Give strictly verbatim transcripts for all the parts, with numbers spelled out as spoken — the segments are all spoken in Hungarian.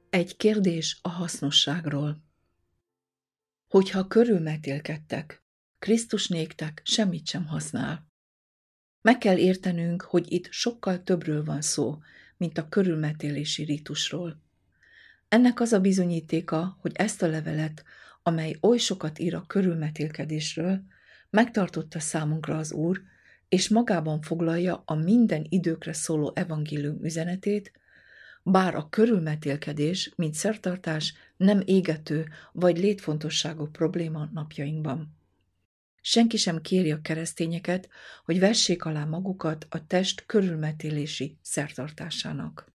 Egy kérdés a hasznosságról. Hogyha körülmetélkedtek, Krisztus néktek semmit sem használ. Meg kell értenünk, hogy itt sokkal többről van szó, mint a körülmetélési rítusról. Ennek az a bizonyítéka, hogy ezt a levelet, amely oly sokat ír a körülmetélkedésről, megtartotta számunkra az Úr, és magában foglalja a minden időkre szóló evangélium üzenetét, bár a körülmetélkedés, mint szertartás nem égető vagy létfontosságú probléma napjainkban. Senki sem kéri a keresztényeket, hogy vessék alá magukat a test körülmetélési szertartásának.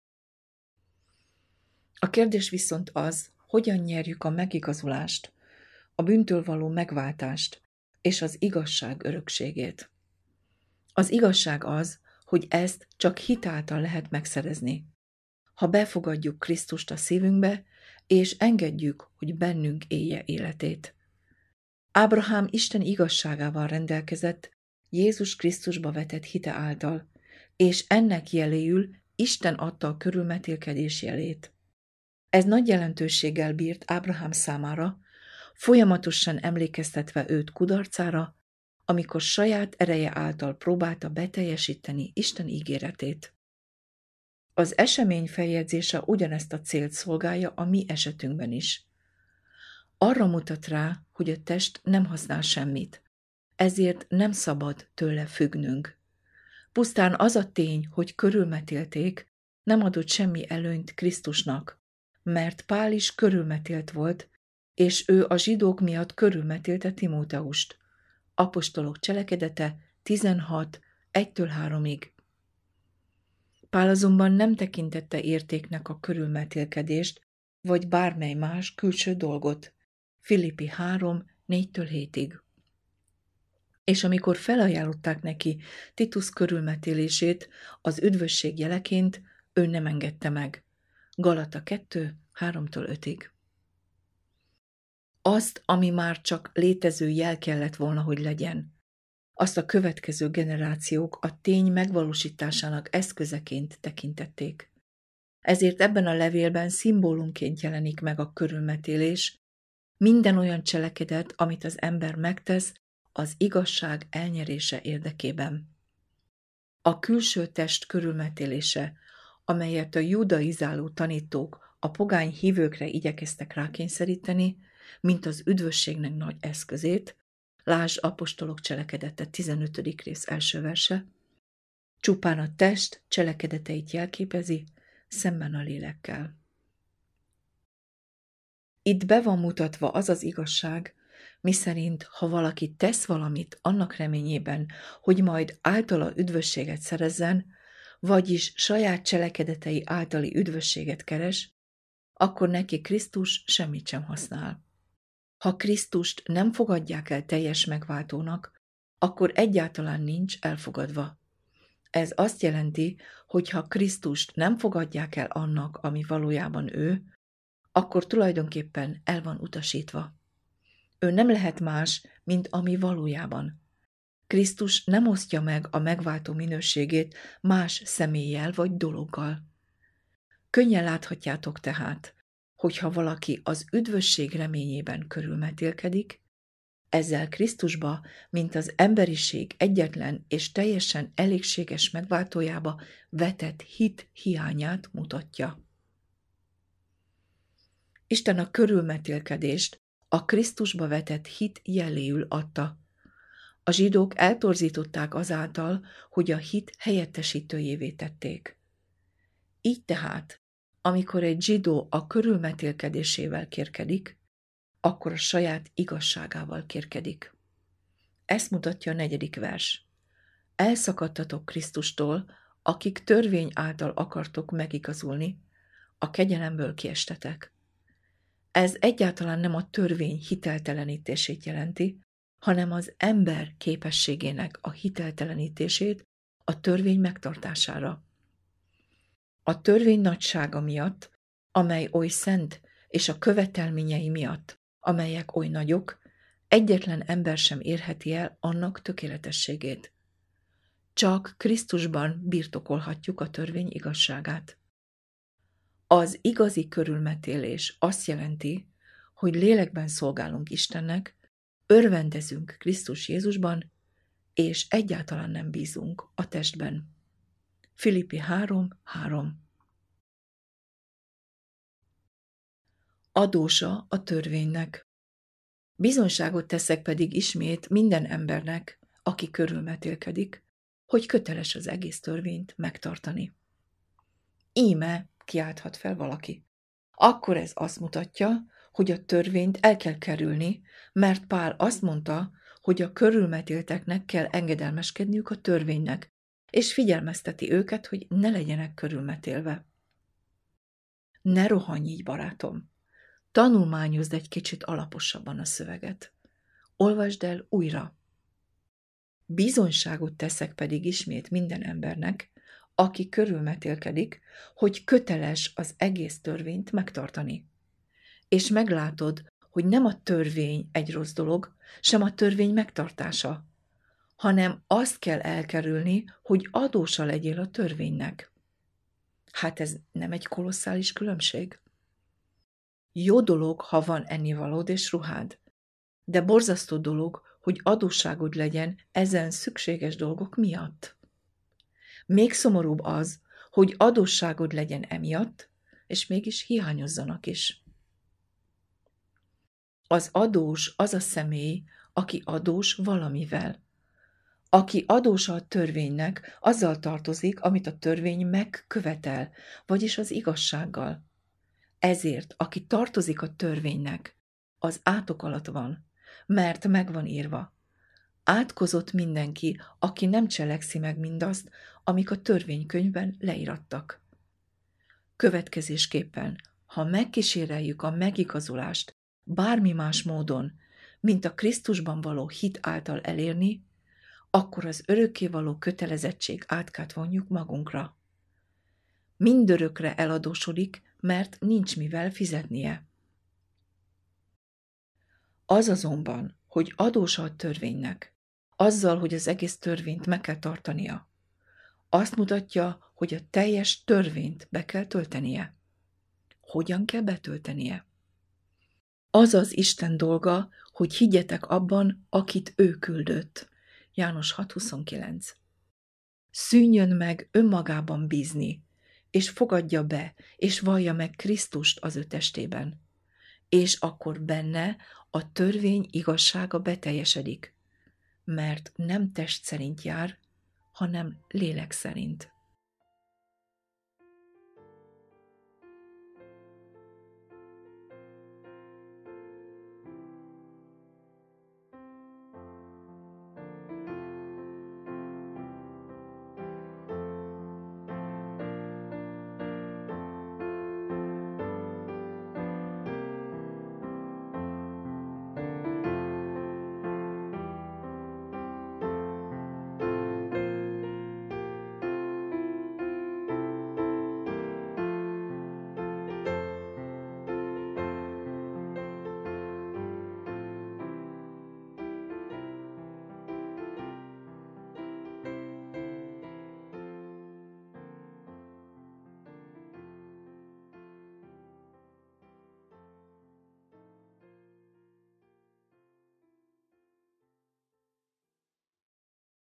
A kérdés viszont az, hogyan nyerjük a megigazulást, a bűntől való megváltást és az igazság örökségét. Az igazság az, hogy ezt csak hit által lehet megszerezni. Ha befogadjuk Krisztust a szívünkbe, és engedjük, hogy bennünk élje életét. Ábrahám Isten igazságával rendelkezett Jézus Krisztusba vetett hite által, és ennek jeléül Isten adta a körülmetélkedés jelét. Ez nagy jelentőséggel bírt Ábrahám számára, folyamatosan emlékeztetve őt kudarcára, amikor saját ereje által próbálta beteljesíteni Isten ígéretét. Az esemény feljegyzése ugyanezt a célt szolgálja a mi esetünkben is. Arra mutat rá, hogy a test nem használ semmit, ezért nem szabad tőle függnünk. Pusztán az a tény, hogy körülmetélték, nem adott semmi előnyt Krisztusnak, mert Pál is körülmetélt volt, és ő a zsidók miatt körülmetélte Timóteust. Apostolok cselekedete tizenhat, egytől háromig. Pál azonban nem tekintette értéknek a körülmetélkedést, vagy bármely más külső dolgot. Filippi három, négytől hétig. És amikor felajánlották neki Titus körülmetélését az üdvösség jeleként, ő nem engedte meg. Galata kettő, háromtól ötig. Azt, ami már csak létező jel kellett volna, hogy legyen, azt a következő generációk a tény megvalósításának eszközeként tekintették. Ezért ebben a levélben szimbólumként jelenik meg a körülmetélés, minden olyan cselekedet, amit az ember megtesz az igazság elnyerése érdekében. A külső test körülmetélése, amelyet a judaizáló tanítók a pogány hívőkre igyekeztek rákényszeríteni, mint az üdvösségnek nagy eszközét, lásd Apostolok cselekedete tizenötödik rész első verse, csupán a test cselekedeteit jelképezi, szemben a lélekkel. Itt be van mutatva az az igazság, miszerint ha valaki tesz valamit annak reményében, hogy majd általa üdvösséget szerezzen, vagyis saját cselekedetei általi üdvösséget keres, akkor neki Krisztus semmit sem használ. Ha Krisztust nem fogadják el teljes megváltónak, akkor egyáltalán nincs elfogadva. Ez azt jelenti, hogy ha Krisztust nem fogadják el annak, ami valójában ő, akkor tulajdonképpen el van utasítva. Ő nem lehet más, mint ami valójában. Krisztus nem osztja meg a megváltó minőségét más személlyel vagy dologgal. Könnyen láthatjátok tehát, hogyha valaki az üdvösség reményében körülmetélkedik, ezzel Krisztusba, mint az emberiség egyetlen és teljesen elégséges megváltójába vetett hit hiányát mutatja. Isten a körülmetélkedést a Krisztusba vetett hit jeléül adta. A zsidók eltorzították azáltal, hogy a hit helyettesítőjévé tették. Így tehát, amikor egy zsidó a körülmetélkedésével kérkedik, akkor a saját igazságával kérkedik. Ezt mutatja a negyedik vers. Elszakadtatok Krisztustól, akik törvény által akartok megigazulni, a kegyelemből kiestetek. Ez egyáltalán nem a törvény hiteltelenítését jelenti, hanem az ember képességének a hiteltelenítését a törvény megtartására. A törvény nagysága miatt, amely oly szent, és a követelményei miatt, amelyek oly nagyok, egyetlen ember sem érheti el annak tökéletességét. Csak Krisztusban birtokolhatjuk a törvény igazságát. Az igazi körülmetélés azt jelenti, hogy lélekben szolgálunk Istennek, örvendezünk Krisztus Jézusban, és egyáltalán nem bízunk a testben. Filippi három három. Adósa a törvénynek. Bizonyságot teszek pedig ismét minden embernek, aki körülmetélkedik, hogy köteles az egész törvényt megtartani. Íme, kiálthat fel valaki. Akkor ez azt mutatja, hogy a törvényt el kell kerülni, mert Pál azt mondta, hogy a körülmetélteknek kell engedelmeskedniük a törvénynek, és figyelmezteti őket, hogy ne legyenek körülmetélve. Ne rohanj így, barátom! Tanulmányozd egy kicsit alaposabban a szöveget. Olvasd el újra. Bizonyságot teszek pedig ismét minden embernek, aki körülmetélkedik, hogy köteles az egész törvényt megtartani. És meglátod, hogy nem a törvény egy rossz dolog, sem a törvény megtartása, hanem azt kell elkerülni, hogy adósa legyél a törvénynek. Hát ez nem egy kolosszális különbség? Jó dolog, ha van ennivalód és ruhád, de borzasztó dolog, hogy adósságod legyen ezen szükséges dolgok miatt. Még szomorúbb az, hogy adósságod legyen emiatt, és mégis hiányozzanak is. Az adós az a személy, aki adós valamivel. Aki adós a törvénynek, azzal tartozik, amit a törvény megkövetel, vagyis az igazsággal. Ezért, aki tartozik a törvénynek, az átok alatt van, mert meg van írva. Átkozott mindenki, aki nem cselekszi meg mindazt, amik a törvénykönyvben leírattak. Következésképpen, ha megkíséreljük a megigazulást bármi más módon, mint a Krisztusban való hit által elérni, akkor az örökkévaló kötelezettség átkát vonjuk magunkra. Mindörökre eladósodik, mert nincs mivel fizetnie. Az azonban, hogy adós a törvénynek, azzal, hogy az egész törvényt meg kell tartania, azt mutatja, hogy a teljes törvényt be kell töltenie. Hogyan kell betöltenie? Az az Isten dolga, hogy higgyetek abban, akit ő küldött. János hat huszonkilenc. Szűnjön meg önmagában bízni, és fogadja be, és vallja meg Krisztust az ő testében. És akkor benne a törvény igazsága beteljesedik, mert nem test szerint jár, hanem lélek szerint.